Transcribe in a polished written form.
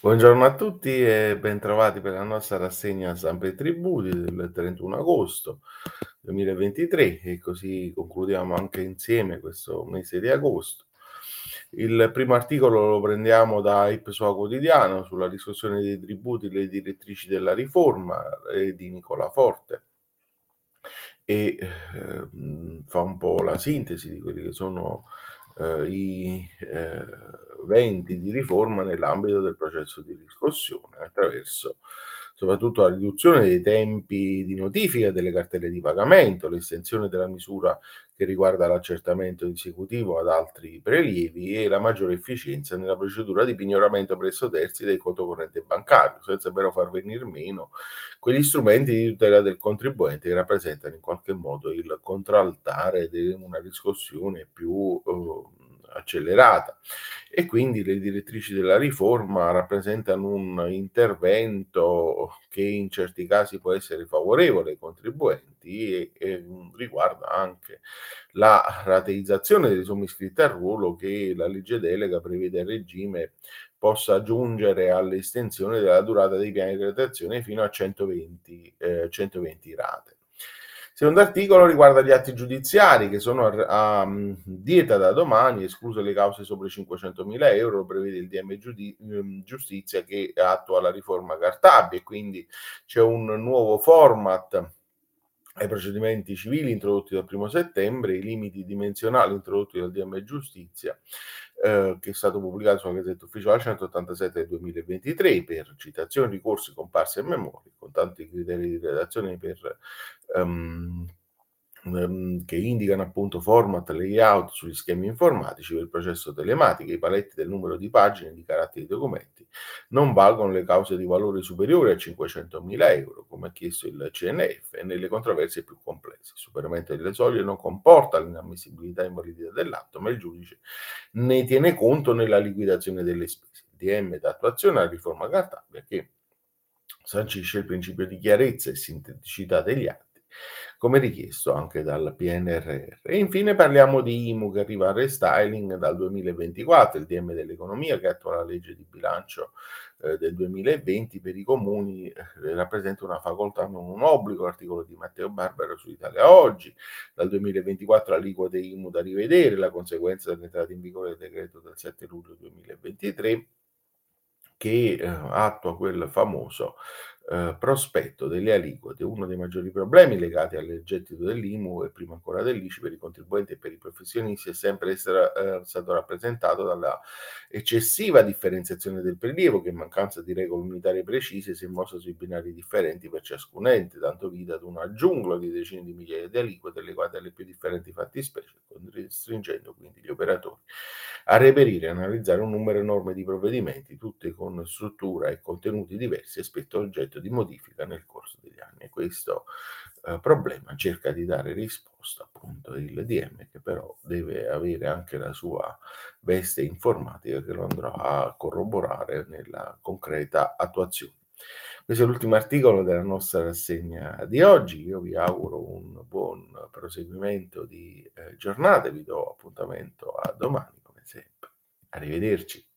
Buongiorno a tutti e bentrovati per la nostra rassegna stampa e tributi del 31 agosto 2023 e così concludiamo anche insieme questo mese di agosto. Il primo articolo lo prendiamo da Ipsos Quotidiano sulla riscossione dei tributi, le direttrici della riforma di Nicola Forte e fa un po' la sintesi di quelli che sono i venti di riforma nell'ambito del processo di riscossione, attraverso soprattutto la riduzione dei tempi di notifica delle cartelle di pagamento, l'estensione della misura che riguarda l'accertamento esecutivo ad altri prelievi e la maggiore efficienza nella procedura di pignoramento presso terzi del conto corrente bancario, senza però far venir meno quegli strumenti di tutela del contribuente che rappresentano in qualche modo il contraltare di una riscossione più accelerata. E quindi le direttrici della riforma rappresentano un intervento che in certi casi può essere favorevole ai contribuenti e riguarda anche la rateizzazione delle somme iscritte al ruolo che la legge delega prevede a regime possa giungere all'estensione della durata dei piani di redazione fino a 120 rate. Il secondo articolo riguarda gli atti giudiziari che sono dieta da domani, escluse le cause sopra i 500.000 euro, prevede il DM Giustizia che attua la riforma Cartabia e quindi c'è un nuovo format ai procedimenti civili introdotti dal 1° settembre, i limiti dimensionali introdotti dal DM Giustizia, che è stato pubblicato sulla Gazzetta Ufficiale 187 del 2023 per citazioni, ricorsi, comparse e memorie, con tanti criteri di redazione ehm, che indicano appunto format, layout sugli schemi informatici per il processo telematico, i paletti del numero di pagine e di caratteri dei documenti. Non valgono le cause di valore superiore a 500.000 euro, come ha chiesto il CNF, e nelle controversie più complesse. Il superamento delle soglie non comporta l'inammissibilità e invalidità dell'atto, ma il giudice ne tiene conto nella liquidazione delle spese. Il DM d'attuazione alla riforma Cartabia che sancisce il principio di chiarezza e sinteticità degli atti, come richiesto anche dal PNRR. E infine parliamo di IMU che arriva al restyling dal 2024, il DM dell'economia che attua la legge di bilancio del 2020 per i comuni rappresenta una facoltà, non un obbligo, l'articolo di Matteo Barbaro su Italia Oggi. Dal 2024 aliquote IMU da rivedere, la conseguenza dell'entrata in vigore del decreto del 7 luglio 2023 che attua quel famoso prospetto delle aliquote. Uno dei maggiori problemi legati al gettito dell'IMU e prima ancora dell'ICI per i contribuenti e per i professionisti è sempre stato rappresentato dalla eccessiva differenziazione del prelievo che in mancanza di regole unitarie precise si è mossa sui binari differenti per ciascun ente, dando vita ad una giungla di decine di migliaia di aliquote legate alle più differenti fattispecie, costringendo quindi gli operatori a reperire e analizzare un numero enorme di provvedimenti, tutti con struttura e contenuti diversi, e spesso oggetto di modifica nel corso degli anni. E questo problema cerca di dare risposta appunto il DM, che però deve avere anche la sua veste informatica che lo andrà a corroborare nella concreta attuazione. Questo è l'ultimo articolo della nostra rassegna di oggi. Io vi auguro un buon proseguimento di giornata e vi do appuntamento a domani come sempre. Arrivederci.